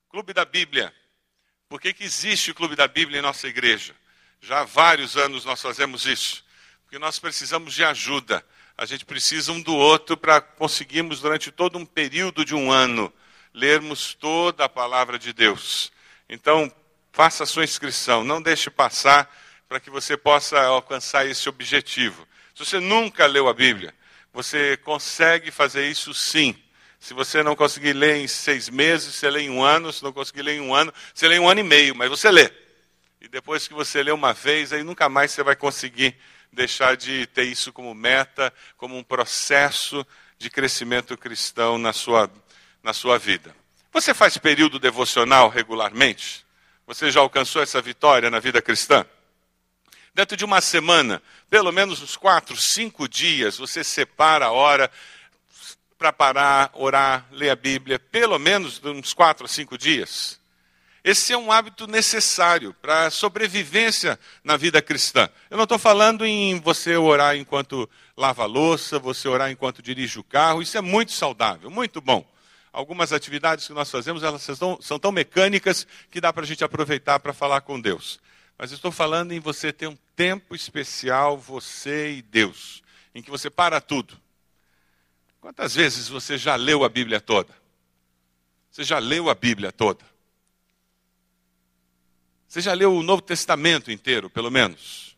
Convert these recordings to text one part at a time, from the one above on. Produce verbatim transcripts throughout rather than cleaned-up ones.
Clube da Bíblia. Por que que existe o Clube da Bíblia em nossa igreja? Já há vários anos nós fazemos isso. Porque nós precisamos de ajuda. A gente precisa um do outro para conseguirmos, durante todo um período de um ano, lermos toda a palavra de Deus. Então, faça a sua inscrição. Não deixe passar para que você possa alcançar esse objetivo. Se você nunca leu a Bíblia, você consegue fazer isso sim. Se você não conseguir ler em seis meses, você lê em um ano. Se não conseguir ler em um ano, você lê em um ano e meio, mas você lê. E depois que você lê uma vez, aí nunca mais você vai conseguir deixar de ter isso como meta, como um processo de crescimento cristão na sua, na sua vida. Você faz período devocional regularmente? Você já alcançou essa vitória na vida cristã? Dentro de uma semana, pelo menos uns quatro, cinco dias, você separa a hora para parar, orar, ler a Bíblia, pelo menos uns quatro a cinco dias. Esse é um hábito necessário para a sobrevivência na vida cristã. Eu não estou falando em você orar enquanto lava a louça, você orar enquanto dirige o carro. Isso é muito saudável, muito bom. Algumas atividades que nós fazemos, elas são, são tão mecânicas que dá para a gente aproveitar para falar com Deus. Mas eu estou falando em você ter um tempo especial, você e Deus, em que você para tudo. Quantas vezes você já leu a Bíblia toda? Você já leu a Bíblia toda? Você já leu o Novo Testamento inteiro, pelo menos?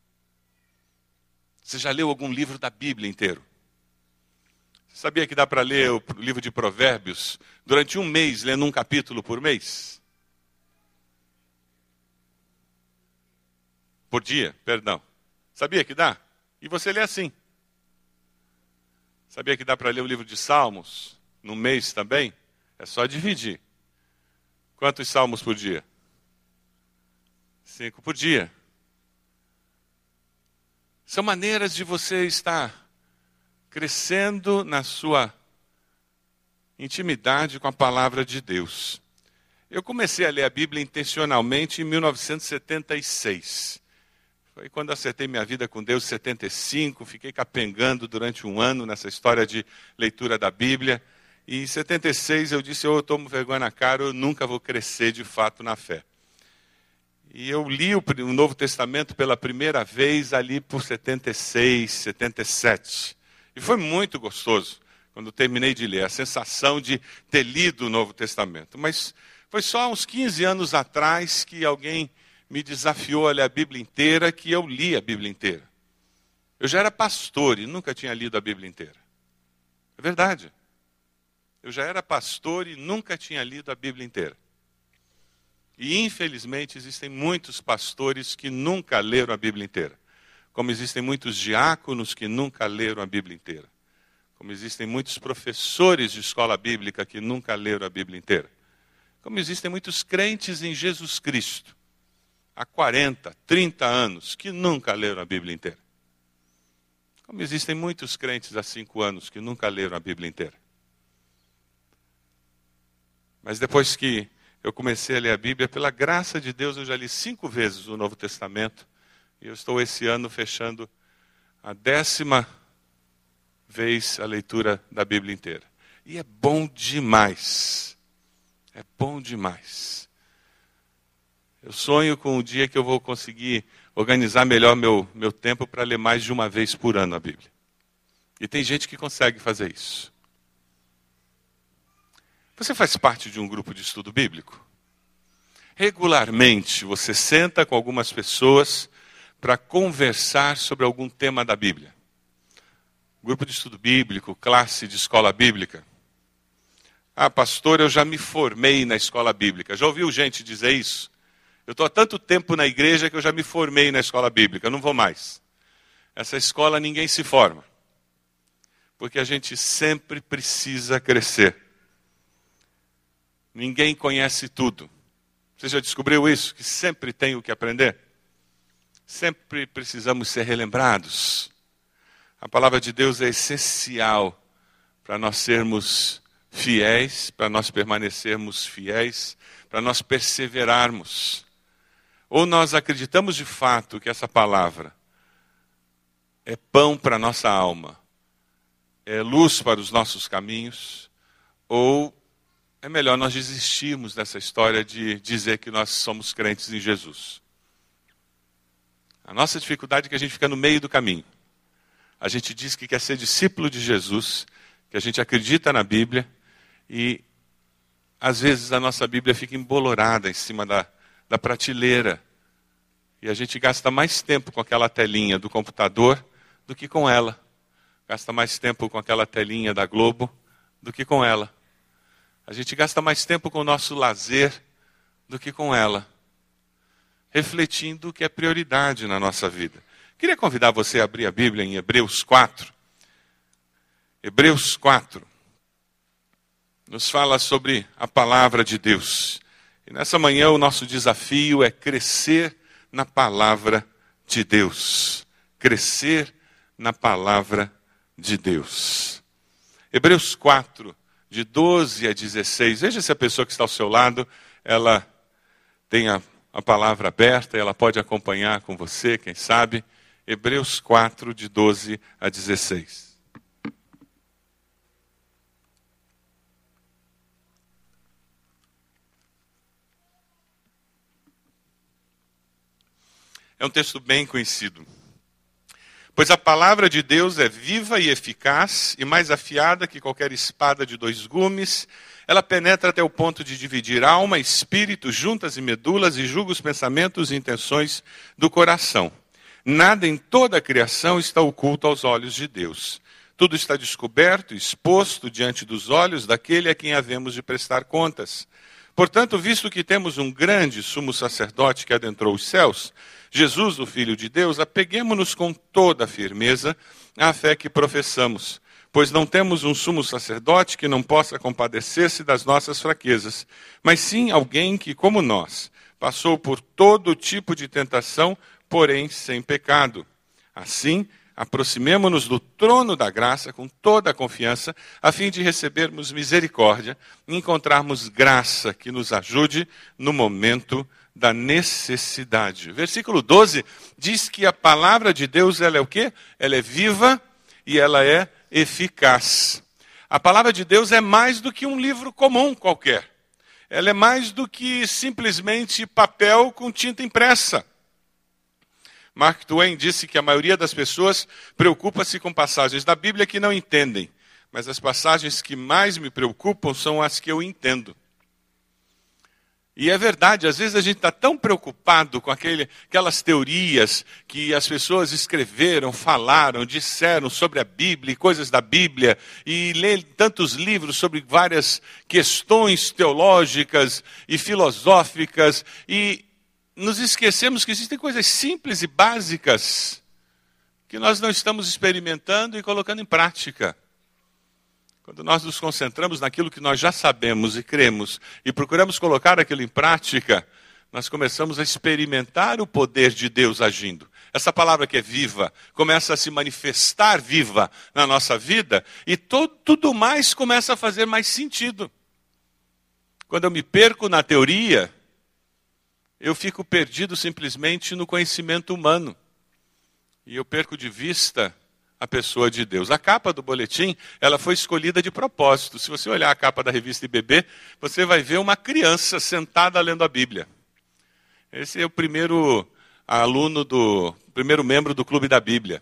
Você já leu algum livro da Bíblia inteiro? Você sabia que dá para ler o livro de Provérbios durante um mês, lendo um capítulo por mês? Por dia, perdão. Sabia que dá? E você lê assim. Sabia que dá para ler o livro de Salmos num mês também? É só dividir. Quantos salmos por dia? Cinco por dia. São maneiras de você estar crescendo na sua intimidade com a palavra de Deus. Eu comecei a ler a Bíblia intencionalmente em mil novecentos e setenta e seis. Foi quando eu acertei minha vida com Deus em setenta e cinco, fiquei capengando durante um ano nessa história de leitura da Bíblia. E em setenta e seis eu disse, eu tomo vergonha na cara, eu nunca vou crescer de fato na fé. E eu li o Novo Testamento pela primeira vez ali por setenta e seis, setenta e sete. E foi muito gostoso quando terminei de ler, a sensação de ter lido o Novo Testamento. Mas foi só uns quinze anos atrás que alguém me desafiou a ler a Bíblia inteira, que eu li a Bíblia inteira. Eu já era pastor e nunca tinha lido a Bíblia inteira. É verdade. Eu já era pastor e nunca tinha lido a Bíblia inteira. E, infelizmente, existem muitos pastores que nunca leram a Bíblia inteira. Como existem muitos diáconos que nunca leram a Bíblia inteira. Como existem muitos professores de escola bíblica que nunca leram a Bíblia inteira. Como existem muitos crentes em Jesus Cristo, há quarenta, trinta anos, que nunca leram a Bíblia inteira. Como existem muitos crentes há cinco anos que nunca leram a Bíblia inteira. Mas depois que eu comecei a ler a Bíblia, pela graça de Deus, eu já li cinco vezes o Novo Testamento. E eu estou esse ano fechando a décima vez a leitura da Bíblia inteira. E é bom demais. É bom demais. Eu sonho com o dia que eu vou conseguir organizar melhor meu, meu tempo para ler mais de uma vez por ano a Bíblia. E tem gente que consegue fazer isso. Você faz parte de um grupo de estudo bíblico? Regularmente você senta com algumas pessoas para conversar sobre algum tema da Bíblia. Grupo de estudo bíblico, classe de escola bíblica. Ah, pastor, eu já me formei na escola bíblica. Já ouviu gente dizer isso? Eu estou há tanto tempo na igreja que eu já me formei na escola bíblica, eu não vou mais. Essa escola ninguém se forma. Porque a gente sempre precisa crescer. Ninguém conhece tudo. Você já descobriu isso? Que sempre tem o que aprender? Sempre precisamos ser relembrados. A palavra de Deus é essencial para nós sermos fiéis, para nós permanecermos fiéis, para nós perseverarmos. Ou nós acreditamos de fato que essa palavra é pão para a nossa alma, é luz para os nossos caminhos, ou é melhor nós desistirmos dessa história de dizer que nós somos crentes em Jesus. A nossa dificuldade é que a gente fica no meio do caminho. A gente diz que quer ser discípulo de Jesus, que a gente acredita na Bíblia, e às vezes a nossa Bíblia fica embolorada em cima da, da prateleira. E a gente gasta mais tempo com aquela telinha do computador do que com ela. Gasta mais tempo com aquela telinha da Globo do que com ela. A gente gasta mais tempo com o nosso lazer do que com ela. Refletindo o que é prioridade na nossa vida. Queria convidar você a abrir a Bíblia em Hebreus quatro. Hebreus quatro. Nos fala sobre a palavra de Deus. E nessa manhã o nosso desafio é crescer na palavra de Deus. Crescer na palavra de Deus. Hebreus quatro, de doze a dezesseis. Veja se a pessoa que está ao seu lado, ela tem a, a palavra aberta, ela pode acompanhar com você, quem sabe. Hebreus quatro, de doze a dezesseis. É um texto bem conhecido. Pois a palavra de Deus é viva e eficaz, e mais afiada que qualquer espada de dois gumes. Ela penetra até o ponto de dividir alma, espírito, juntas e medulas, e julga os pensamentos e intenções do coração. Nada em toda a criação está oculto aos olhos de Deus. Tudo está descoberto, exposto diante dos olhos daquele a quem havemos de prestar contas. Portanto, visto que temos um grande sumo sacerdote que adentrou os céus, Jesus, o Filho de Deus, apeguemo-nos com toda a firmeza à fé que professamos, pois não temos um sumo sacerdote que não possa compadecer-se das nossas fraquezas, mas sim alguém que, como nós, passou por todo tipo de tentação, porém sem pecado. Assim, aproximemo-nos do trono da graça com toda a confiança, a fim de recebermos misericórdia e encontrarmos graça que nos ajude no momento da necessidade. Versículo doze diz que a palavra de Deus, ela é o quê? Ela é viva e ela é eficaz. A palavra de Deus é mais do que um livro comum qualquer. Ela é mais do que simplesmente papel com tinta impressa. Mark Twain disse que a maioria das pessoas preocupa-se com passagens da Bíblia que não entendem, mas as passagens que mais me preocupam são as que eu entendo. E é verdade, às vezes a gente está tão preocupado com aquele, aquelas teorias que as pessoas escreveram, falaram, disseram sobre a Bíblia e coisas da Bíblia, e lê tantos livros sobre várias questões teológicas e filosóficas, e nos esquecemos que existem coisas simples e básicas que nós não estamos experimentando e colocando em prática. Quando nós nos concentramos naquilo que nós já sabemos e cremos e procuramos colocar aquilo em prática, nós começamos a experimentar o poder de Deus agindo. Essa palavra que é viva começa a se manifestar viva na nossa vida e todo, tudo mais começa a fazer mais sentido. Quando eu me perco na teoria, eu fico perdido simplesmente no conhecimento humano. E eu perco de vista a pessoa de Deus. A capa do boletim, ela foi escolhida de propósito. Se você olhar a capa da revista I B B, você vai ver uma criança sentada lendo a Bíblia. Esse é o primeiro aluno, do primeiro membro do Clube da Bíblia.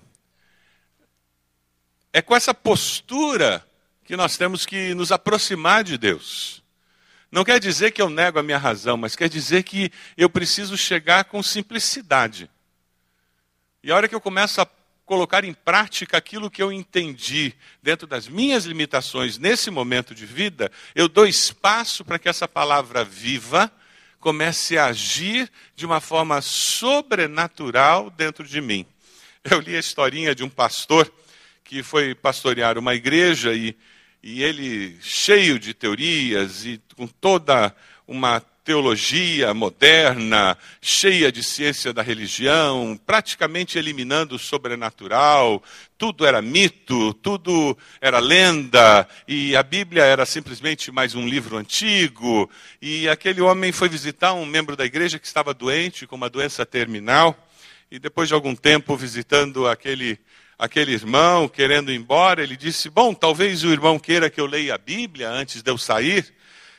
É com essa postura que nós temos que nos aproximar de Deus. Não quer dizer que eu nego a minha razão, mas quer dizer que eu preciso chegar com simplicidade. E a hora que eu começo a colocar em prática aquilo que eu entendi dentro das minhas limitações nesse momento de vida, eu dou espaço para que essa palavra viva comece a agir de uma forma sobrenatural dentro de mim. Eu li a historinha de um pastor que foi pastorear uma igreja e, e ele, cheio de teorias e com toda uma teologia moderna, cheia de ciência da religião, praticamente eliminando o sobrenatural, tudo era mito, tudo era lenda, e a Bíblia era simplesmente mais um livro antigo, e aquele homem foi visitar um membro da igreja que estava doente, com uma doença terminal, e depois de algum tempo visitando aquele, aquele irmão, querendo ir embora, ele disse, bom, talvez o irmão queira que eu leia a Bíblia antes de eu sair.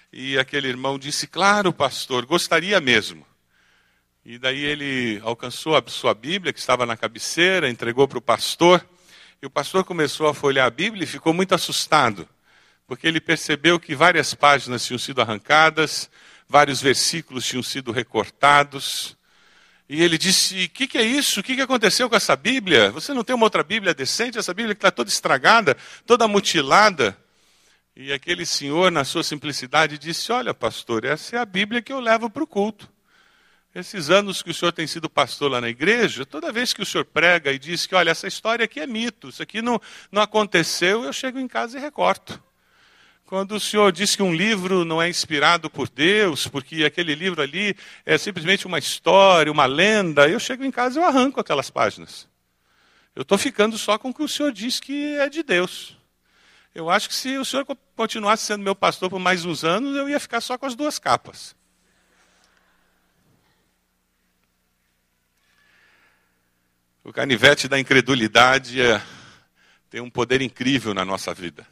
E aquele irmão disse, claro, pastor, gostaria mesmo. E daí ele alcançou a sua Bíblia, que estava na cabeceira, entregou para o pastor. E o pastor começou a folhear a Bíblia e ficou muito assustado, porque ele percebeu que várias páginas tinham sido arrancadas, vários versículos tinham sido recortados. E ele disse, o que, que é isso? O que, que aconteceu com essa Bíblia? Você não tem uma outra Bíblia decente? Essa Bíblia que está toda estragada, toda mutilada. E aquele senhor, na sua simplicidade, disse, olha, pastor, essa é a Bíblia que eu levo para o culto. Esses anos que o senhor tem sido pastor lá na igreja, toda vez que o senhor prega e diz que, olha, essa história aqui é mito, isso aqui não, não aconteceu, eu chego em casa e recorto. Quando o senhor diz que um livro não é inspirado por Deus, porque aquele livro ali é simplesmente uma história, uma lenda, eu chego em casa e eu arranco aquelas páginas. Eu estou ficando só com o que o senhor diz que é de Deus. Eu acho que se o senhor continuasse sendo meu pastor por mais uns anos, eu ia ficar só com as duas capas. O canivete da incredulidade é, tem um poder incrível na nossa vida.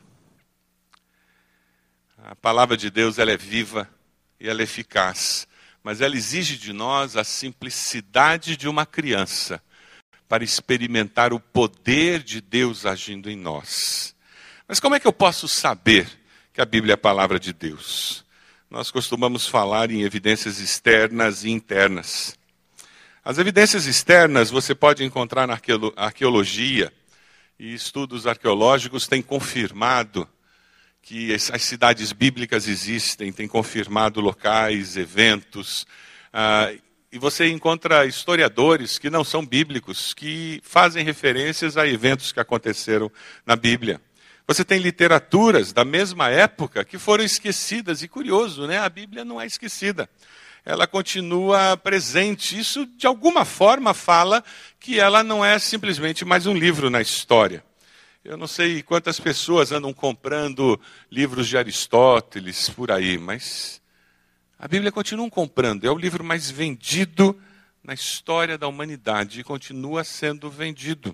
A palavra de Deus ela é viva e ela é eficaz, mas ela exige de nós a simplicidade de uma criança para experimentar o poder de Deus agindo em nós. Mas como é que eu posso saber que a Bíblia é a palavra de Deus? Nós costumamos falar em evidências externas e internas. As evidências externas você pode encontrar na arqueologia, e estudos arqueológicos têm confirmado que as cidades bíblicas existem, têm confirmado locais, eventos, ah, e você encontra historiadores que não são bíblicos, que fazem referências a eventos que aconteceram na Bíblia. Você tem literaturas da mesma época que foram esquecidas, e curioso, né? A Bíblia não é esquecida. Ela continua presente. Isso, de alguma forma, fala que ela não é simplesmente mais um livro na história. Eu não sei quantas pessoas andam comprando livros de Aristóteles por aí, mas a Bíblia continua comprando. É o livro mais vendido na história da humanidade e continua sendo vendido.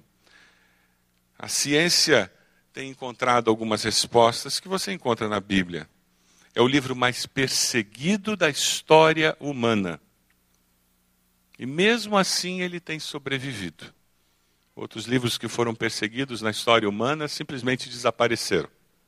A ciência tem encontrado algumas respostas que você encontra na Bíblia. É o livro mais perseguido da história humana. E mesmo assim ele tem sobrevivido. Outros livros que foram perseguidos na história humana simplesmente desapareceram.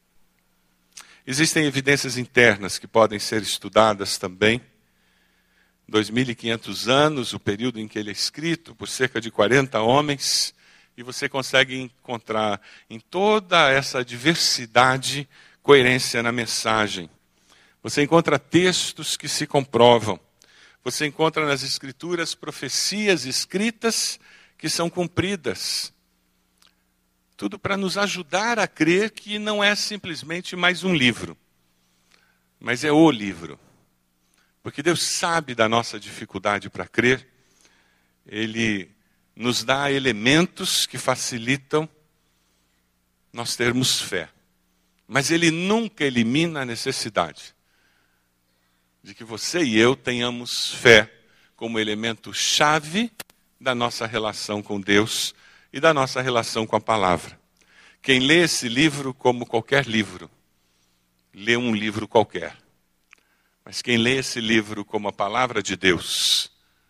Existem evidências internas que podem ser estudadas também. dois mil e quinhentos anos, o período em que ele é escrito, por cerca de quarenta homens, e você consegue encontrar em toda essa diversidade coerência na mensagem. Você encontra textos que se comprovam. Você encontra nas Escrituras profecias escritas que são cumpridas. Tudo para nos ajudar a crer que não é simplesmente mais um livro, mas é o livro. Porque Deus sabe da nossa dificuldade para crer. Ele nos dá elementos que facilitam nós termos fé. Mas Ele nunca elimina a necessidade de que você e eu tenhamos fé como elemento chave da nossa relação com Deus e da nossa relação com a palavra. Quem lê esse livro como qualquer livro, lê um livro qualquer. Mas quem lê esse livro como a palavra de Deus,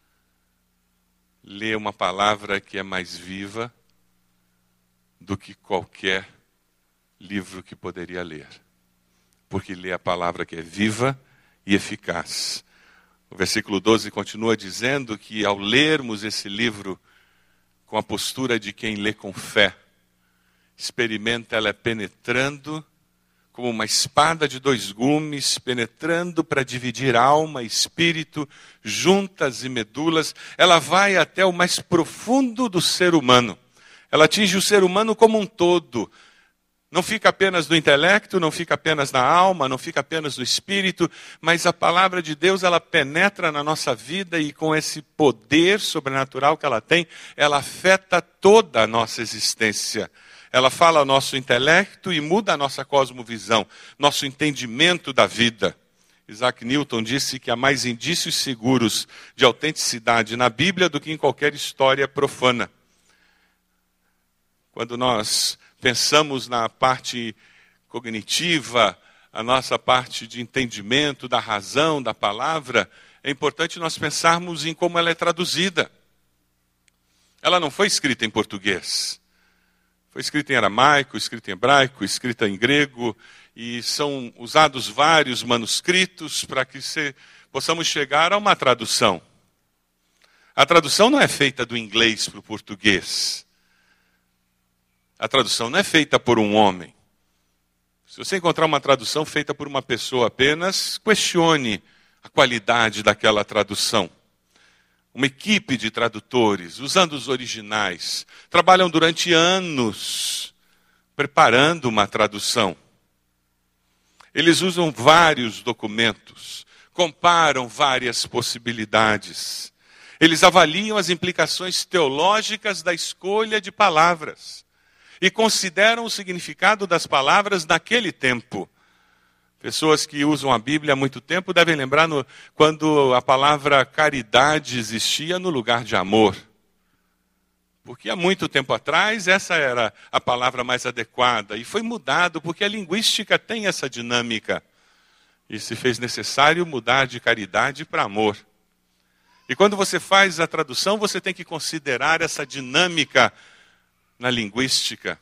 lê uma palavra que é mais viva do que qualquer livro que poderia ler. Porque lê a palavra que é viva e eficaz. O versículo doze continua dizendo que ao lermos esse livro com a postura de quem lê com fé, experimenta ela penetrando como uma espada de dois gumes, penetrando para dividir alma e espírito, juntas e medulas. Ela vai até o mais profundo do ser humano. Ela atinge o ser humano como um todo. Não fica apenas no intelecto, não fica apenas na alma, não fica apenas no espírito, mas a palavra de Deus, ela penetra na nossa vida e com esse poder sobrenatural que ela tem, ela afeta toda a nossa existência. Ela fala ao nosso intelecto e muda a nossa cosmovisão, nosso entendimento da vida. Isaac Newton disse que há mais indícios seguros de autenticidade na Bíblia do que em qualquer história profana. Quando nós pensamos na parte cognitiva, a nossa parte de entendimento da razão, da palavra, é importante nós pensarmos em como ela é traduzida. Ela não foi escrita em português. Foi escrita em aramaico, escrita em hebraico, escrita em grego, e são usados vários manuscritos para que se, possamos chegar a uma tradução. A tradução não é feita do inglês para o português. A tradução não é feita por um homem. Se você encontrar uma tradução feita por uma pessoa apenas, questione a qualidade daquela tradução. Uma equipe de tradutores, usando os originais, trabalham durante anos preparando uma tradução. Eles usam vários documentos, comparam várias possibilidades. Eles avaliam as implicações teológicas da escolha de palavras e consideram o significado das palavras naquele tempo. Pessoas que usam a Bíblia há muito tempo devem lembrar no, quando a palavra caridade existia no lugar de amor. Porque há muito tempo atrás essa era a palavra mais adequada e foi mudado porque a linguística tem essa dinâmica. E se fez necessário mudar de caridade para amor. E quando você faz a tradução, você tem que considerar essa dinâmica na linguística.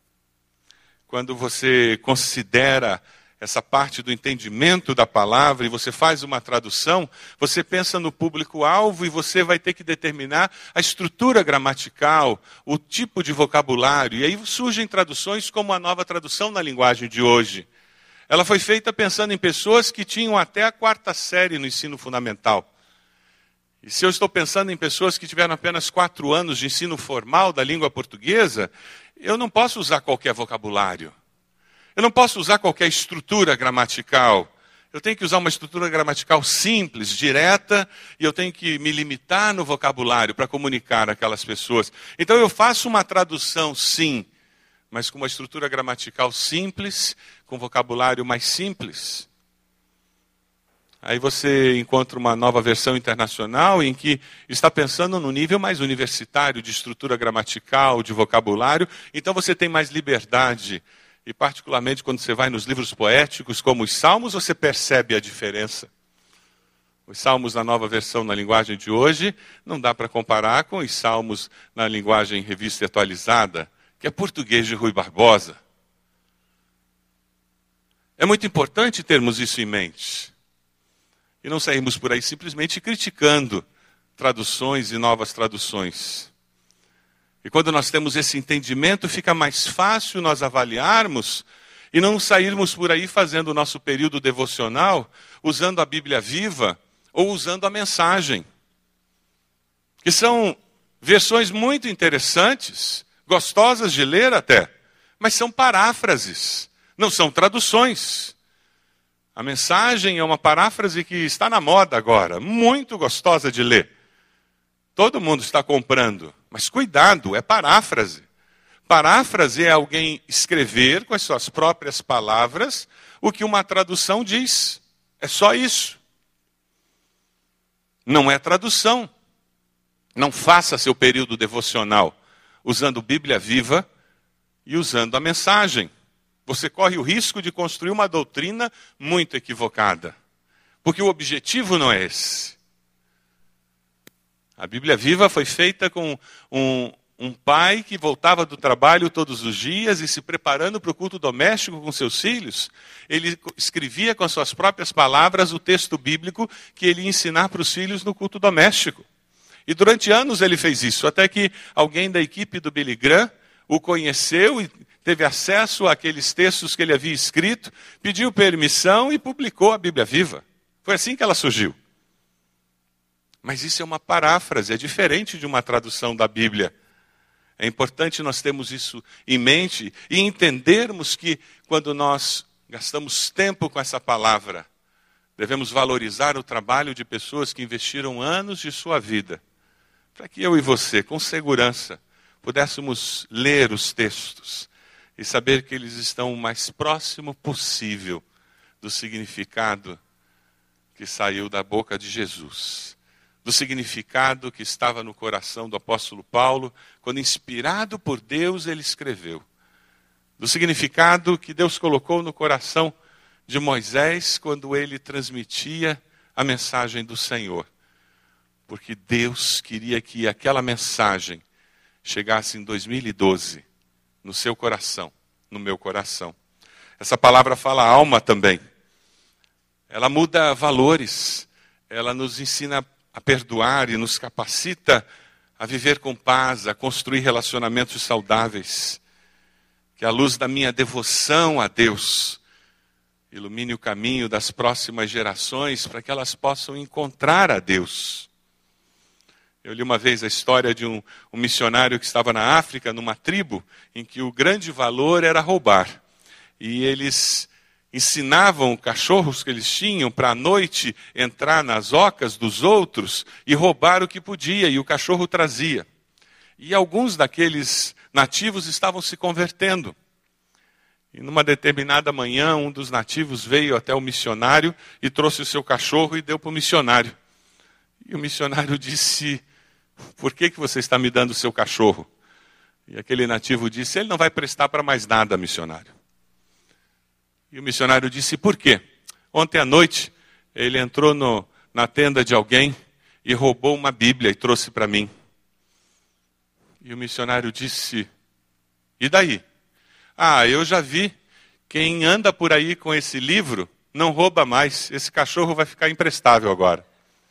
Quando você considera essa parte do entendimento da palavra e você faz uma tradução, você pensa no público-alvo e você vai ter que determinar a estrutura gramatical, o tipo de vocabulário. E aí surgem traduções como a nova tradução na linguagem de hoje. Ela foi feita pensando em pessoas que tinham até a quarta série no ensino fundamental. E se eu estou pensando em pessoas que tiveram apenas quatro anos de ensino formal da língua portuguesa, eu não posso usar qualquer vocabulário. Eu não posso usar qualquer estrutura gramatical. Eu tenho que usar uma estrutura gramatical simples, direta, e eu tenho que me limitar no vocabulário para comunicar àquelas pessoas. Então eu faço uma tradução, sim, mas com uma estrutura gramatical simples, com vocabulário mais simples. Aí você encontra uma nova versão internacional em que está pensando no nível mais universitário de estrutura gramatical, de vocabulário. Então você tem mais liberdade. E particularmente quando você vai nos livros poéticos, como os Salmos, você percebe a diferença. Os Salmos na nova versão na linguagem de hoje não dá para comparar com os Salmos na linguagem revista e atualizada, que é português de Rui Barbosa. É muito importante termos isso em mente. E não sairmos por aí simplesmente criticando traduções e novas traduções. E quando nós temos esse entendimento, fica mais fácil nós avaliarmos e não sairmos por aí fazendo o nosso período devocional, usando a Bíblia viva ou usando a mensagem. Que são versões muito interessantes, gostosas de ler até, mas são paráfrases, não são traduções. A mensagem é uma paráfrase que está na moda agora, muito gostosa de ler. Todo mundo está comprando, mas cuidado, é paráfrase. Paráfrase é alguém escrever com as suas próprias palavras o que uma tradução diz. É só isso. Não é tradução. Não faça seu período devocional usando Bíblia viva e usando a mensagem. Você corre o risco de construir uma doutrina muito equivocada. Porque o objetivo não é esse. A Bíblia viva foi feita com um, um pai que voltava do trabalho todos os dias e se preparando para o culto doméstico com seus filhos. Ele escrevia com as suas próprias palavras o texto bíblico que ele ia ensinar para os filhos no culto doméstico. E durante anos ele fez isso, até que alguém da equipe do Billy Graham o conheceu e teve acesso àqueles textos que ele havia escrito, pediu permissão e publicou a Bíblia viva. Foi assim que ela surgiu. Mas isso é uma paráfrase, é diferente de uma tradução da Bíblia. É importante nós termos isso em mente e entendermos que quando nós gastamos tempo com essa palavra, devemos valorizar o trabalho de pessoas que investiram anos de sua vida, para que eu e você, com segurança, pudéssemos ler os textos e saber que eles estão o mais próximo possível do significado que saiu da boca de Jesus. Do significado que estava no coração do apóstolo Paulo, quando inspirado por Deus ele escreveu. Do significado que Deus colocou no coração de Moisés quando ele transmitia a mensagem do Senhor. Porque Deus queria que aquela mensagem chegasse em dois mil e doze, no seu coração, no meu coração. Essa palavra fala alma também. Ela muda valores, ela nos ensina a perdoar e nos capacita a viver com paz, a construir relacionamentos saudáveis. Que a luz da minha devoção a Deus ilumine o caminho das próximas gerações para que elas possam encontrar a Deus. Eu li uma vez a história de um, um missionário que estava na África, numa tribo, em que o grande valor era roubar. E eles ensinavam cachorros que eles tinham para à noite entrar nas ocas dos outros e roubar o que podia, e o cachorro trazia. E alguns daqueles nativos estavam se convertendo. E numa determinada manhã, um dos nativos veio até o missionário e trouxe o seu cachorro e deu para o missionário. E o missionário disse: por que, que você está me dando o seu cachorro? E aquele nativo disse: ele não vai prestar para mais nada, missionário. E o missionário disse: por quê? Ontem à noite, ele entrou no, na tenda de alguém e roubou uma Bíblia e trouxe para mim. E o missionário disse: e daí? Ah, eu já vi, quem anda por aí com esse livro não rouba mais, esse cachorro vai ficar imprestável agora.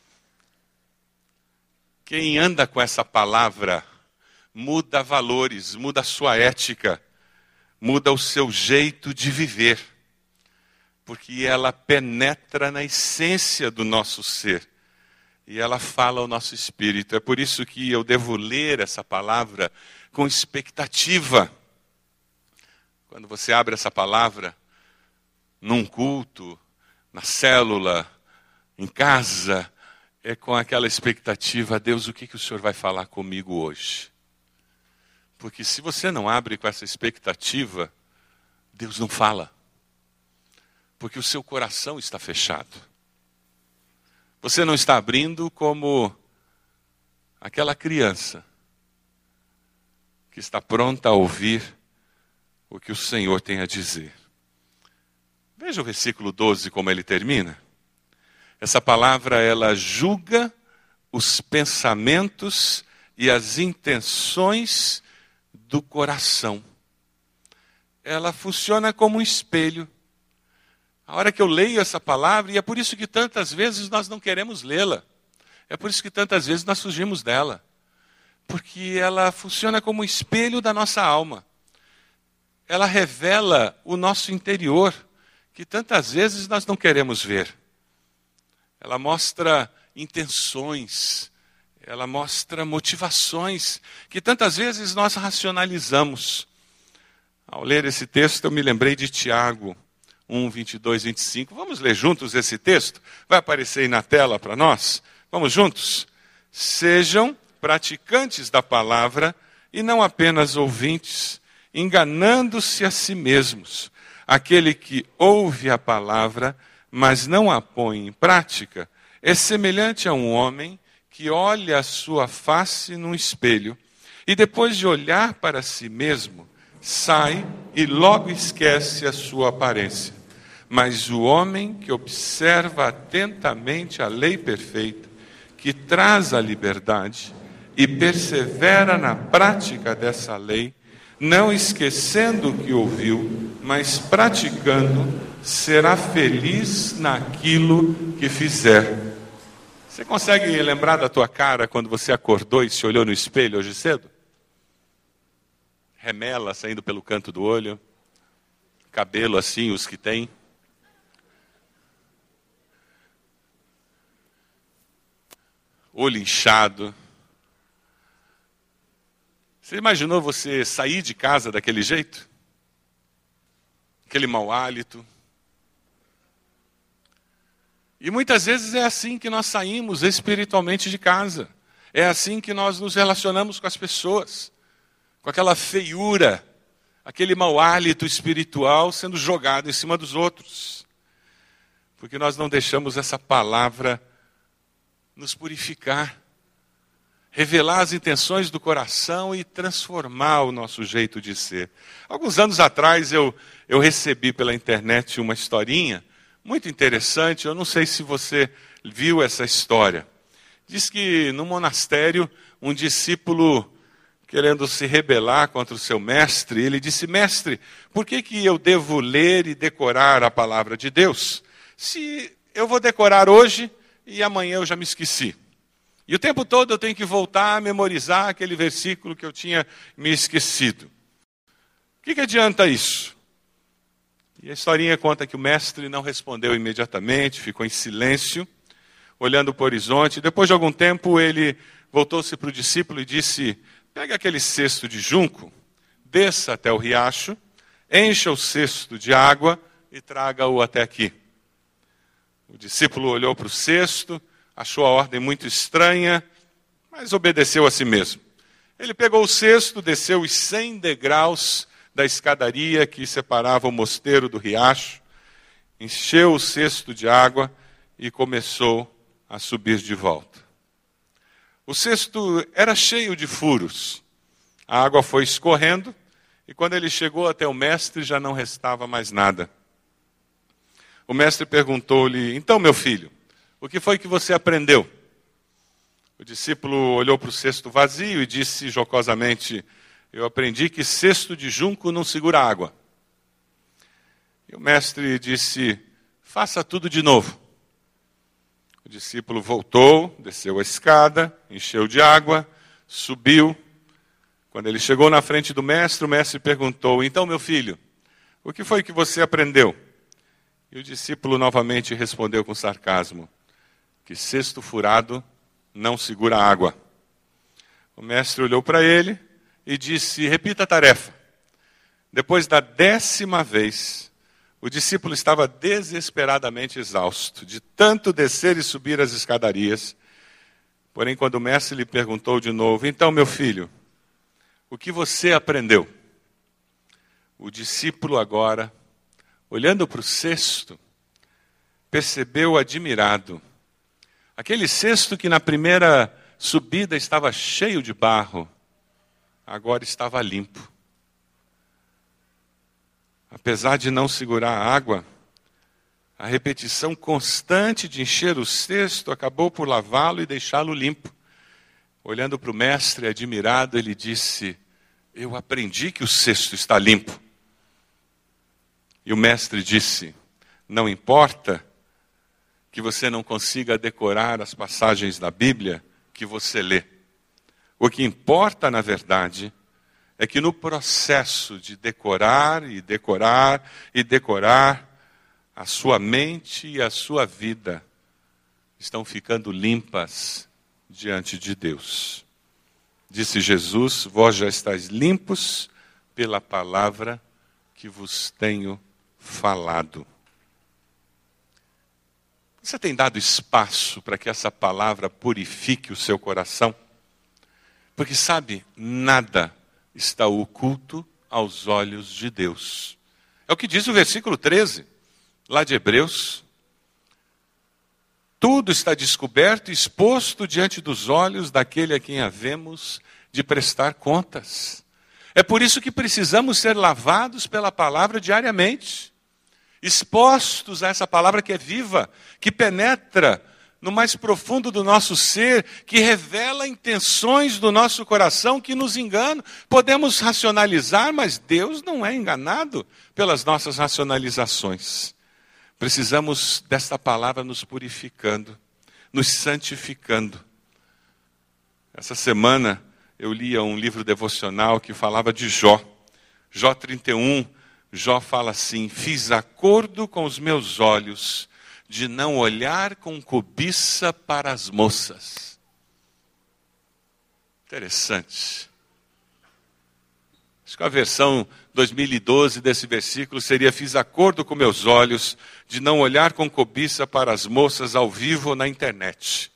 Quem anda com essa palavra muda valores, muda a sua ética, muda o seu jeito de viver. Porque ela penetra na essência do nosso ser. E ela fala ao nosso espírito. É por isso que eu devo ler essa palavra com expectativa. Quando você abre essa palavra num culto, na célula, em casa, é com aquela expectativa: Deus, o que, que o Senhor vai falar comigo hoje? Porque se você não abre com essa expectativa, Deus não fala. Porque o seu coração está fechado. Você não está abrindo como aquela criança que está pronta a ouvir o que o Senhor tem a dizer. Veja o versículo doze como ele termina. Essa palavra, ela julga os pensamentos e as intenções do coração. Ela funciona como um espelho. A hora que eu leio essa palavra, e é por isso que tantas vezes nós não queremos lê-la. É por isso que tantas vezes nós fugimos dela. Porque ela funciona como um espelho da nossa alma. Ela revela o nosso interior, que tantas vezes nós não queremos ver. Ela mostra intenções, ela mostra motivações, que tantas vezes nós racionalizamos. Ao ler esse texto, eu me lembrei de Tiago um, vinte e dois, vinte e cinco. Vamos ler juntos esse texto? Vai aparecer aí na tela para nós? Vamos juntos? Sejam praticantes da palavra e não apenas ouvintes, enganando-se a si mesmos. Aquele que ouve a palavra, mas não a põe em prática, é semelhante a um homem que olha a sua face num espelho e depois de olhar para si mesmo, sai e logo esquece a sua aparência. Mas o homem que observa atentamente a lei perfeita, que traz a liberdade e persevera na prática dessa lei, não esquecendo o que ouviu, mas praticando, será feliz naquilo que fizer. Você consegue lembrar da tua cara quando você acordou e se olhou no espelho hoje cedo? Remela saindo pelo canto do olho, cabelo assim, os que tem. Olho inchado. Você imaginou você sair de casa daquele jeito? Aquele mau hálito. E muitas vezes é assim que nós saímos espiritualmente de casa. É assim que nós nos relacionamos com as pessoas. Com aquela feiura, aquele mau hálito espiritual sendo jogado em cima dos outros. Porque nós não deixamos essa palavra nos purificar, revelar as intenções do coração e transformar o nosso jeito de ser. Alguns anos atrás eu, eu recebi pela internet uma historinha muito interessante. Eu não sei se você viu essa história. Diz que no monastério, um discípulo, querendo se rebelar contra o seu mestre, ele disse: mestre, por que que eu devo ler e decorar a palavra de Deus, se eu vou decorar hoje e amanhã eu já me esqueci? E o tempo todo eu tenho que voltar a memorizar aquele versículo que eu tinha me esquecido. O que que adianta isso? E a historinha conta que o mestre não respondeu imediatamente, ficou em silêncio, olhando para o horizonte. Depois de algum tempo, ele voltou-se para o discípulo e disse: pega aquele cesto de junco, desça até o riacho, encha o cesto de água e traga-o até aqui. O discípulo olhou para o cesto, achou a ordem muito estranha, mas obedeceu a si mesmo. Ele pegou o cesto, desceu os cem degraus da escadaria que separava o mosteiro do riacho, encheu o cesto de água e começou a subir de volta. O cesto era cheio de furos. A água foi escorrendo e quando ele chegou até o mestre já não restava mais nada. O mestre perguntou-lhe: então, meu filho, o que foi que você aprendeu? O discípulo olhou para o cesto vazio e disse jocosamente: eu aprendi que cesto de junco não segura água. E o mestre disse: faça tudo de novo. O discípulo voltou, desceu a escada, encheu de água, subiu. Quando ele chegou na frente do mestre, o mestre perguntou: então, meu filho, o que foi que você aprendeu? E o discípulo novamente respondeu com sarcasmo: que cesto furado não segura água. O mestre olhou para ele e disse: repita a tarefa. Depois da décima vez, o discípulo estava desesperadamente exausto, de tanto descer e subir as escadarias. Porém, quando o mestre lhe perguntou de novo: então, meu filho, o que você aprendeu? O discípulo agora, olhando para o cesto, percebeu admirado. Aquele cesto que na primeira subida estava cheio de barro, agora estava limpo. Apesar de não segurar a água, a repetição constante de encher o cesto acabou por lavá-lo e deixá-lo limpo. Olhando para o mestre admirado, ele disse: eu aprendi que o cesto está limpo. E o mestre disse: não importa que você não consiga decorar as passagens da Bíblia que você lê. O que importa, na verdade, é que no processo de decorar e decorar e decorar, a sua mente e a sua vida estão ficando limpas diante de Deus. Disse Jesus: vós já estáis limpos pela palavra que vos tenho falado. Você tem dado espaço para que essa palavra purifique o seu coração? Porque sabe, nada está oculto aos olhos de Deus. É o que diz o versículo treze, lá de Hebreus. Tudo está descoberto e exposto diante dos olhos daquele a quem havemos de prestar contas. É por isso que precisamos ser lavados pela palavra diariamente, expostos a essa palavra que é viva, que penetra no mais profundo do nosso ser, que revela intenções do nosso coração que nos enganam. Podemos racionalizar, mas Deus não é enganado pelas nossas racionalizações. Precisamos desta palavra nos purificando, nos santificando. Essa semana eu lia um livro devocional que falava de Jó. Jó trinta e um, Jó fala assim: fiz acordo com os meus olhos de não olhar com cobiça para as moças. Interessante. Acho que a versão dois mil e doze desse versículo seria: fiz acordo com meus olhos de não olhar com cobiça para as moças ao vivo na internet.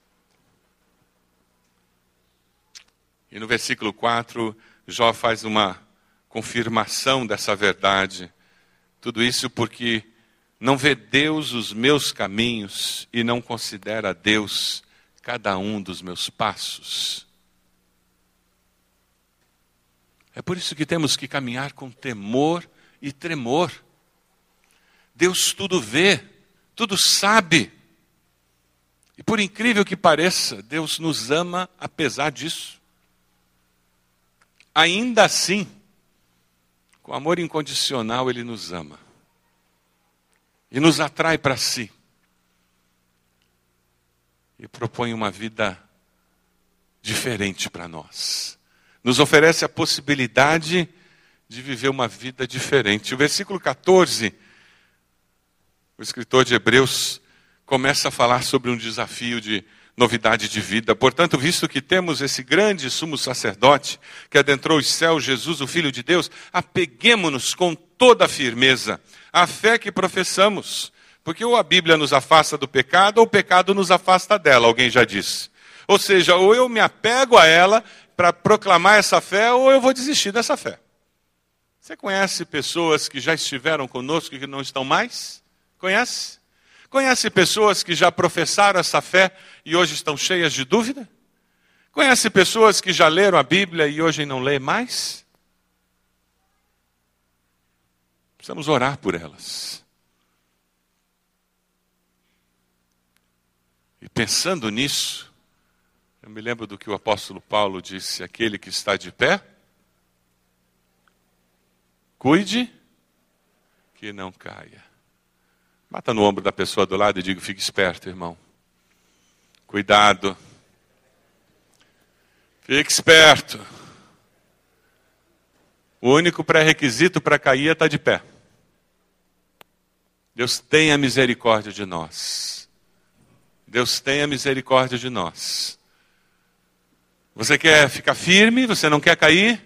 E no versículo quatro, Jó faz uma confirmação dessa verdade. Tudo isso porque não vê Deus os meus caminhos e não considera Deus cada um dos meus passos. É por isso que temos que caminhar com temor e tremor. Deus tudo vê. tudo sabe. E por incrível que pareça, Deus nos ama apesar disso. Ainda assim, com amor incondicional, Ele nos ama. E nos atrai para si. E propõe uma vida diferente para nós. Nos oferece a possibilidade de viver uma vida diferente. O versículo catorze, o escritor de Hebreus começa a falar sobre um desafio de novidade de vida. Portanto, visto que temos esse grande sumo sacerdote que adentrou os céus, Jesus, o Filho de Deus, apeguemo-nos com toda a firmeza à fé que professamos. Porque ou a Bíblia nos afasta do pecado, ou o pecado nos afasta dela, alguém já disse. Ou seja, ou eu me apego a ela para proclamar essa fé, ou eu vou desistir dessa fé. Você conhece pessoas que já estiveram conosco e que não estão mais? Conhece? Conhece pessoas que já professaram essa fé e hoje estão cheias de dúvida? Conhece pessoas que já leram a Bíblia e hoje não lê mais? Precisamos orar por elas. E pensando nisso, eu me lembro do que o apóstolo Paulo disse: aquele que está de pé, cuide que não caia. Bata no ombro da pessoa do lado e diga: fique esperto, irmão. Cuidado. Fique esperto. O único pré-requisito para cair é estar de pé. Deus tenha misericórdia de nós. Deus tenha misericórdia de nós. Você quer ficar firme? Você não quer cair?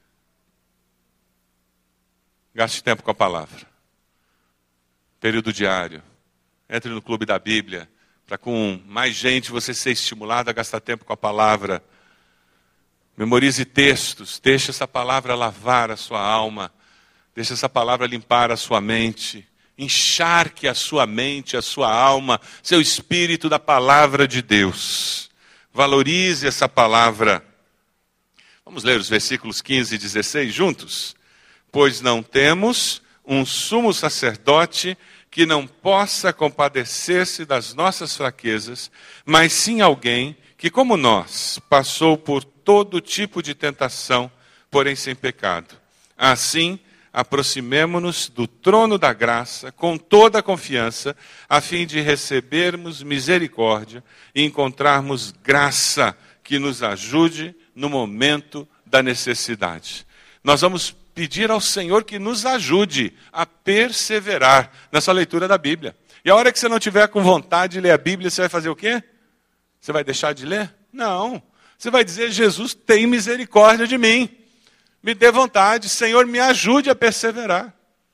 Gaste tempo com a palavra. Período diário. Entre no clube da Bíblia, para com mais gente você ser estimulado a gastar tempo com a palavra. Memorize textos, deixe essa palavra lavar a sua alma, deixe essa palavra limpar a sua mente, encharque a sua mente, a sua alma, seu espírito da palavra de Deus. Valorize essa palavra. Vamos ler os versículos quinze e dezesseis juntos? Pois não temos um sumo sacerdote que não possa compadecer-se das nossas fraquezas, mas sim alguém que, como nós, passou por todo tipo de tentação, porém sem pecado. Assim, aproximemo-nos do trono da graça com toda a confiança, a fim de recebermos misericórdia e encontrarmos graça que nos ajude no momento da necessidade. Nós vamos pedir ao Senhor que nos ajude a perseverar nessa leitura da Bíblia. E a hora que você não tiver com vontade de ler a Bíblia, você vai fazer o quê? Você vai deixar de ler? Não. Você vai dizer: Jesus, tem misericórdia de mim. Me dê vontade. Senhor, me ajude a perseverar.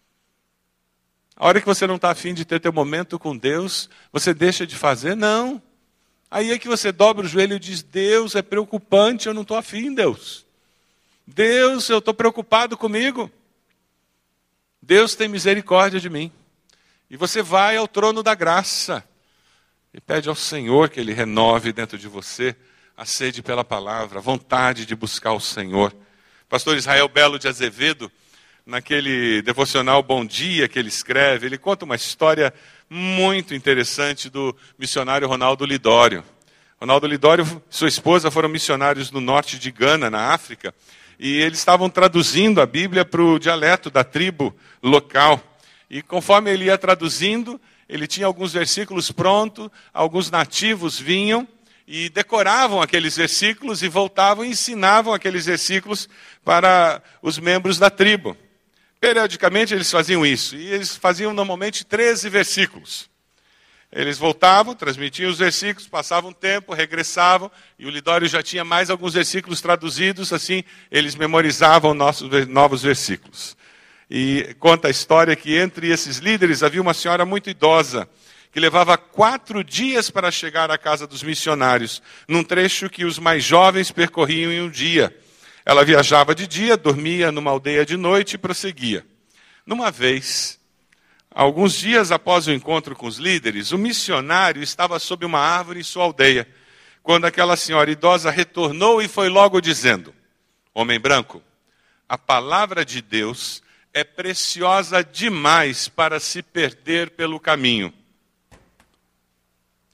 A hora que você não está afim de ter teu momento com Deus, você deixa de fazer? Não. Aí é que você dobra o joelho e diz: Deus, é preocupante, eu não estou afim, Deus. Deus, eu estou preocupado comigo. Deus tem misericórdia de mim. E você vai ao trono da graça e pede ao Senhor que Ele renove dentro de você a sede pela palavra, a vontade de buscar o Senhor. Pastor Israel Belo de Azevedo, naquele devocional Bom Dia que ele escreve, ele conta uma história muito interessante do missionário Ronaldo Lidório. Ronaldo Lidório e sua esposa foram missionários no norte de Gana, na África, e eles estavam traduzindo a Bíblia para o dialeto da tribo local. E conforme ele ia traduzindo, ele tinha alguns versículos prontos, alguns nativos vinham e decoravam aqueles versículos e voltavam e ensinavam aqueles versículos para os membros da tribo. Periodicamente eles faziam isso, e eles faziam normalmente treze versículos. Eles voltavam, transmitiam os versículos, passavam um tempo, regressavam, e o Lidório já tinha mais alguns versículos traduzidos, assim, eles memorizavam nossos novos versículos. E conta a história que entre esses líderes havia uma senhora muito idosa, que levava quatro dias para chegar à casa dos missionários, num trecho que os mais jovens percorriam em um dia. Ela viajava de dia, dormia numa aldeia de noite e prosseguia. Numa vez, alguns dias após o encontro com os líderes, o missionário estava sob uma árvore em sua aldeia, quando aquela senhora idosa retornou e foi logo dizendo: homem branco, a palavra de Deus é preciosa demais para se perder pelo caminho.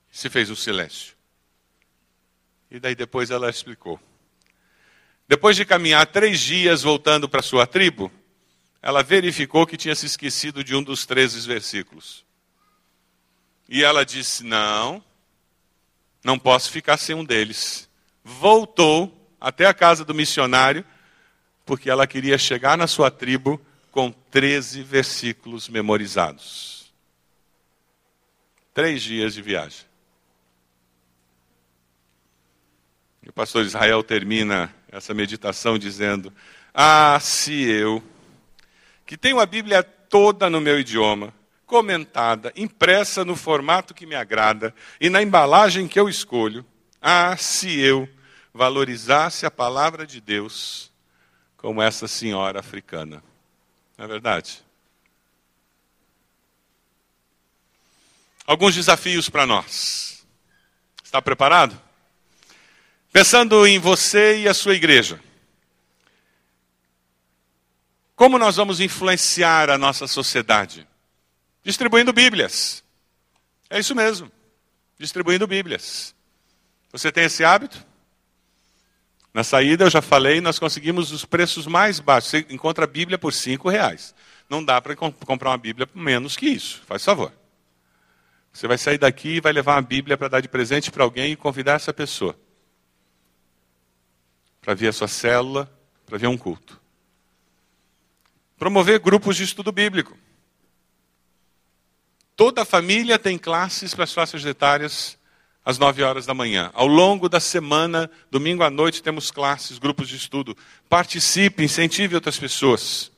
Se fez um silêncio. E daí depois ela explicou. Depois de caminhar três dias voltando para sua tribo, ela verificou que tinha se esquecido de um dos treze versículos. E ela disse, não, não posso ficar sem um deles. Voltou até a casa do missionário, porque ela queria chegar na sua tribo com treze versículos memorizados. Três dias de viagem. E o pastor Israel termina essa meditação dizendo, ah, se eu, que tenho a Bíblia toda no meu idioma, comentada, impressa no formato que me agrada e na embalagem que eu escolho, ah, se eu valorizasse a palavra de Deus como essa senhora africana. Não é verdade? Alguns desafios para nós. Está preparado? Pensando em você e a sua igreja. Como nós vamos influenciar a nossa sociedade? Distribuindo Bíblias. É isso mesmo. Distribuindo Bíblias. Você tem esse hábito? Na saída, eu já falei, nós conseguimos os preços mais baixos. Você encontra a Bíblia por cinco reais. Não dá para comp- comprar uma Bíblia por menos que isso. Faz favor. Você vai sair daqui e vai levar uma Bíblia para dar de presente para alguém e convidar essa pessoa. Para ver a sua célula, para ver um culto. Promover grupos de estudo bíblico. Toda a família tem classes para as faixas etárias às nove horas da manhã. Ao longo da semana, domingo à noite, temos classes, grupos de estudo. Participe, incentive outras pessoas.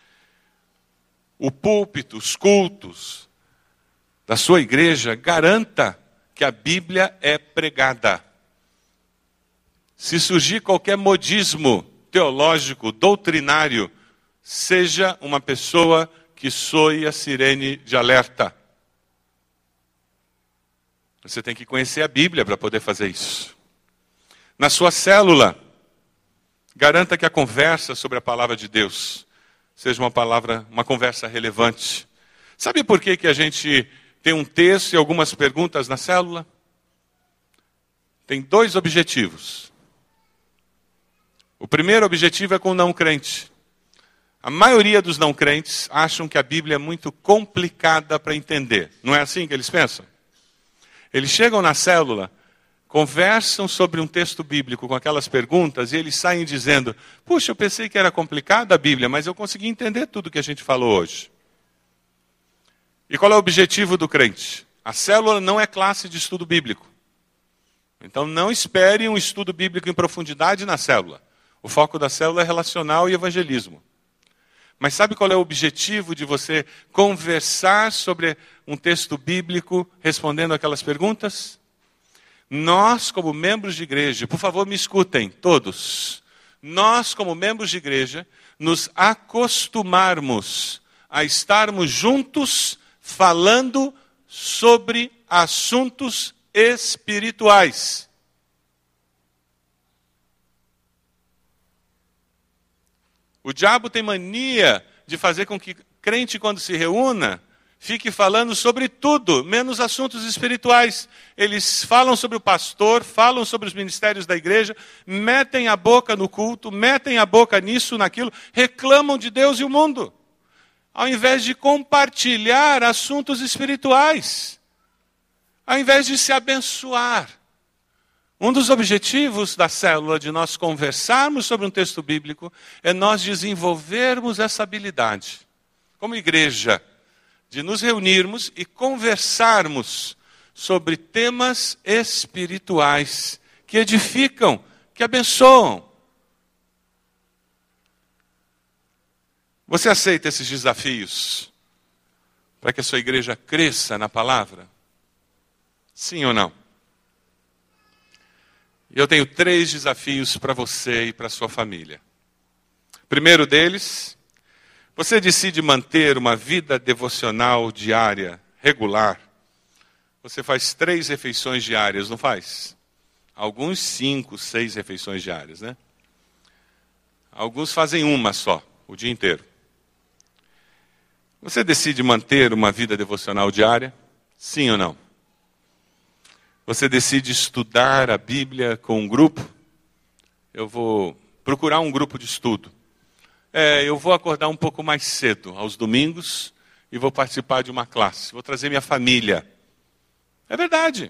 O púlpito, os cultos da sua igreja, garanta que a Bíblia é pregada. Se surgir qualquer modismo teológico, doutrinário, seja uma pessoa que soe a sirene de alerta. Você tem que conhecer a Bíblia para poder fazer isso. Na sua célula, garanta que a conversa sobre a palavra de Deus seja uma palavra, uma conversa relevante. Sabe por que que a gente tem um texto e algumas perguntas na célula? Tem dois objetivos. O primeiro objetivo é com o não crente. A maioria dos não crentes acham que a Bíblia é muito complicada para entender. Não é assim que eles pensam? Eles chegam na célula, conversam sobre um texto bíblico com aquelas perguntas e eles saem dizendo, puxa, eu pensei que era complicada a Bíblia, mas eu consegui entender tudo que a gente falou hoje. E qual é o objetivo do crente? A célula não é classe de estudo bíblico. Então não espere um estudo bíblico em profundidade na célula. O foco da célula é relacional e evangelismo. Mas sabe qual é o objetivo de você conversar sobre um texto bíblico respondendo aquelas perguntas? Nós, como membros de igreja, por favor me escutem, todos. Nós, como membros de igreja, nos acostumarmos a estarmos juntos falando sobre assuntos espirituais. O diabo tem mania de fazer com que crente, quando se reúna, fique falando sobre tudo, menos assuntos espirituais. Eles falam sobre o pastor, falam sobre os ministérios da igreja, metem a boca no culto, metem a boca nisso, naquilo, reclamam de Deus e o mundo, ao invés de compartilhar assuntos espirituais, ao invés de se abençoar. Um dos objetivos da célula de nós conversarmos sobre um texto bíblico é nós desenvolvermos essa habilidade, como igreja, de nos reunirmos e conversarmos sobre temas espirituais que edificam, que abençoam. Você aceita esses desafios para que a sua igreja cresça na palavra? Sim ou não? Eu tenho três desafios para você e para a sua família. Primeiro deles, você decide manter uma vida devocional diária, regular. Você faz três refeições diárias, não faz? Alguns cinco, seis refeições diárias, né? Alguns fazem uma só, o dia inteiro. Você decide manter uma vida devocional diária? Sim ou não? Você decide estudar a Bíblia com um grupo? Eu vou procurar um grupo de estudo. É, eu vou acordar um pouco mais cedo, aos domingos, e vou participar de uma classe. Vou trazer minha família. É verdade.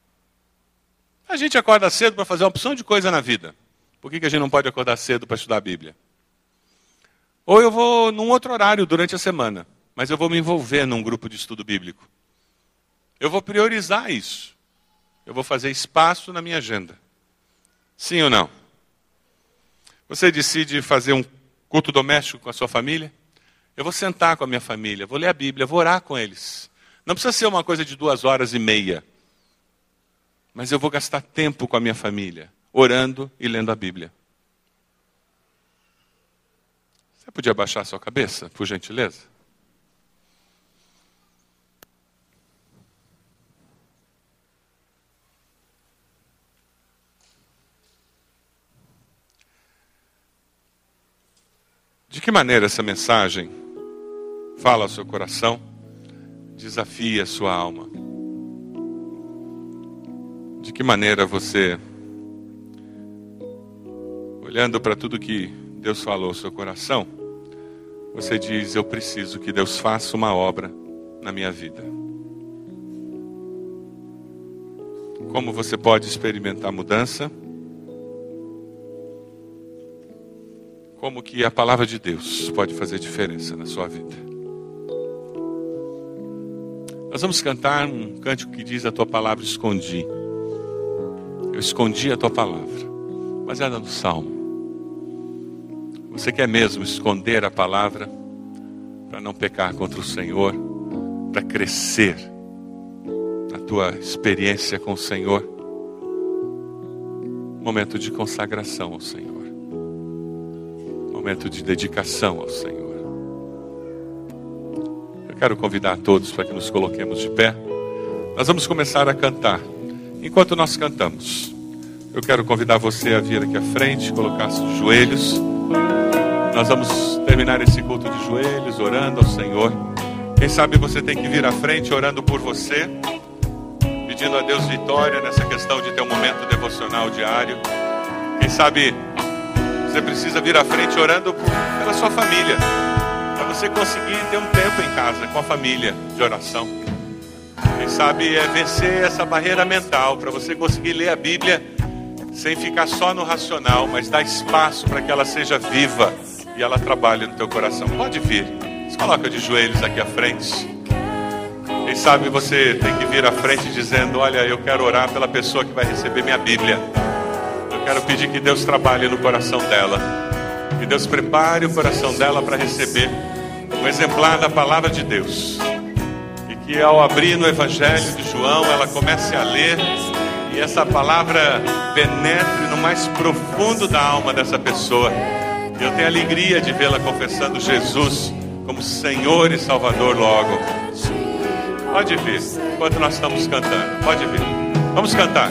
A gente acorda cedo para fazer uma opção de coisa na vida. Por que que a gente não pode acordar cedo para estudar a Bíblia? Ou eu vou num outro horário durante a semana, mas eu vou me envolver num grupo de estudo bíblico. Eu vou priorizar isso. Eu vou fazer espaço na minha agenda. Sim ou não? Você decide fazer um culto doméstico com a sua família? Eu vou sentar com a minha família, vou ler a Bíblia, vou orar com eles. Não precisa ser uma coisa de duas horas e meia. Mas eu vou gastar tempo com a minha família, orando e lendo a Bíblia. Você podia abaixar a sua cabeça, por gentileza? De que maneira essa mensagem fala ao seu coração, desafia a sua alma? De que maneira você, olhando para tudo que Deus falou ao seu coração, você diz, eu preciso que Deus faça uma obra na minha vida? Como você pode experimentar mudança? Como que a palavra de Deus pode fazer diferença na sua vida? Nós vamos cantar um cântico que diz, a tua palavra escondi. Eu escondi a tua palavra, baseada no Salmo. Você quer mesmo esconder a palavra para não pecar contra o Senhor, para crescer na tua experiência com o Senhor? Momento de consagração ao Senhor. Momento de dedicação ao Senhor. Eu quero convidar a todos para que nos coloquemos de pé. Nós vamos começar a cantar. Enquanto nós cantamos, eu quero convidar você a vir aqui à frente, colocar-se de joelhos. Nós vamos terminar esse culto de joelhos, orando ao Senhor. Quem sabe você tem que vir à frente orando por você, pedindo a Deus vitória nessa questão de ter um momento devocional diário. Quem sabe você precisa vir à frente orando pela sua família, para você conseguir ter um tempo em casa com a família de oração. Quem sabe é vencer essa barreira mental, para você conseguir ler a Bíblia sem ficar só no racional, mas dar espaço para que ela seja viva e ela trabalhe no teu coração. Pode vir, se coloca de joelhos aqui à frente. Quem sabe você tem que vir à frente dizendo, olha, eu quero orar pela pessoa que vai receber minha Bíblia. Eu quero pedir que Deus trabalhe no coração dela, que Deus prepare o coração dela para receber um exemplar da palavra de Deus, e que ao abrir no Evangelho de João ela comece a ler e essa palavra penetre no mais profundo da alma dessa pessoa. Eu tenho alegria de vê-la confessando Jesus como Senhor e Salvador logo. Pode vir, enquanto nós estamos cantando, pode vir, vamos cantar.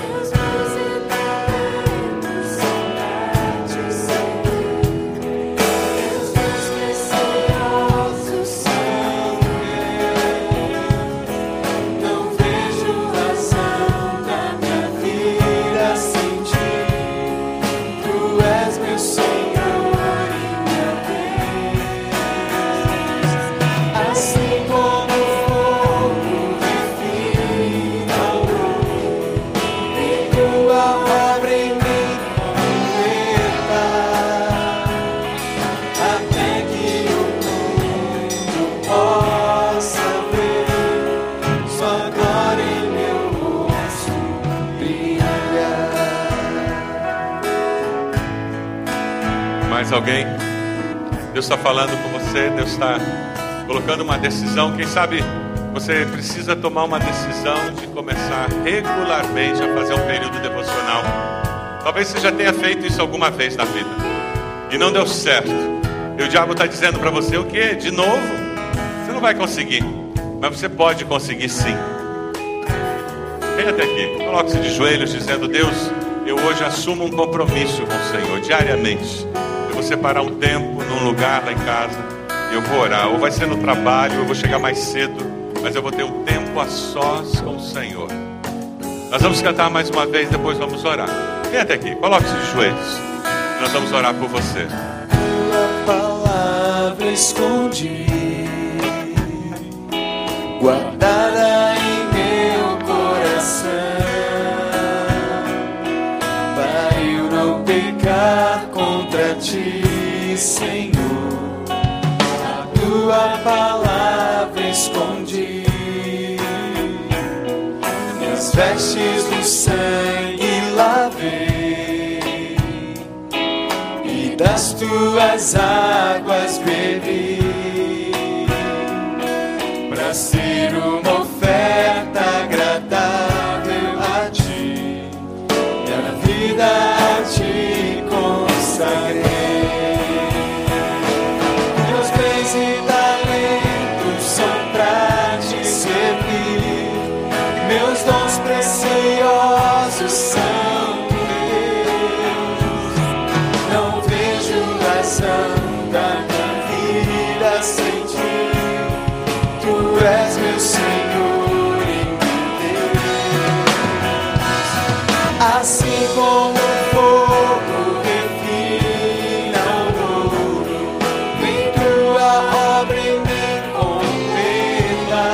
Alguém? Deus está falando com você, Deus está colocando uma decisão. Quem sabe você precisa tomar uma decisão de começar regularmente a fazer um período devocional. Talvez você já tenha feito isso alguma vez na vida e não deu certo, e o diabo está dizendo para você, o quê? De novo? Você não vai conseguir, mas você pode conseguir sim. Vem até aqui, coloque-se de joelhos dizendo, Deus, eu hoje assumo um compromisso com o Senhor diariamente. Vou separar um tempo num lugar lá em casa e eu vou orar. Ou vai ser no trabalho, eu vou chegar mais cedo, mas eu vou ter um tempo a sós com o Senhor. Nós vamos cantar mais uma vez, depois vamos orar. Vem até aqui, coloque-se de joelhos. Nós vamos orar por você. Tua palavra escondi, guardada em meu coração, para eu não pecar contra ti, Senhor. A tua palavra escondi, minhas vestes do sangue lavei, e das tuas águas bebi, para ser uma oferta agradável a ti, minha vida a ti consagrei. Meus bens e talentos são pra te servir, meus dons preciosos são teus. Não vejo razão da minha vida sem ti. Tu és meu Senhor e meu Deus. Assim como o fogo refina o ouro, vem tua obra em mim completa,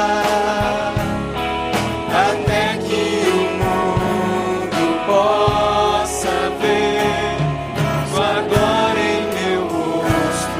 até que o mundo possa ver tua glória em meu rosto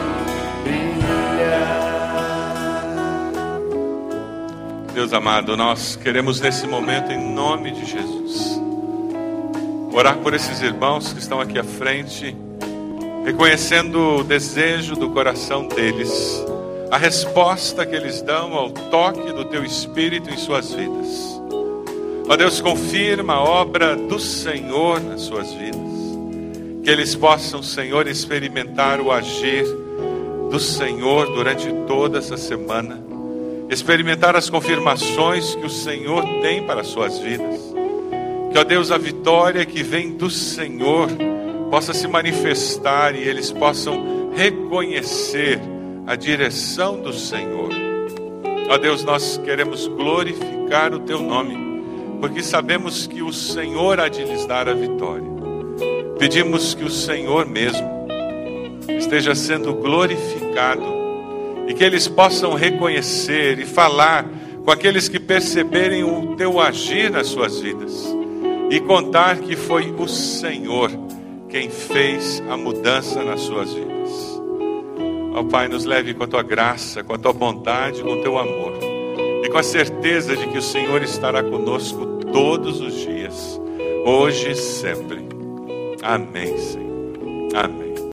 brilhar. Deus amado, nós queremos nesse momento, em nome de Jesus, orar por esses irmãos que estão aqui à frente, reconhecendo o desejo do coração deles, a resposta que eles dão ao toque do Teu Espírito em suas vidas. Ó Deus, confirma a obra do Senhor nas suas vidas, que eles possam, Senhor, experimentar o agir do Senhor durante toda essa semana, experimentar as confirmações que o Senhor tem para as suas vidas. Que, ó Deus, a vitória que vem do Senhor possa se manifestar e eles possam reconhecer a direção do Senhor. Ó Deus, nós queremos glorificar o Teu nome, porque sabemos que o Senhor há de lhes dar a vitória. Pedimos que o Senhor mesmo esteja sendo glorificado e que eles possam reconhecer e falar com aqueles que perceberem o Teu agir nas suas vidas e contar que foi o Senhor quem fez a mudança nas suas vidas. Ó Pai, nos leve com a Tua graça, com a Tua bondade, com o Teu amor e com a certeza de que o Senhor estará conosco todos os dias, hoje e sempre. Amém, Senhor. Amém.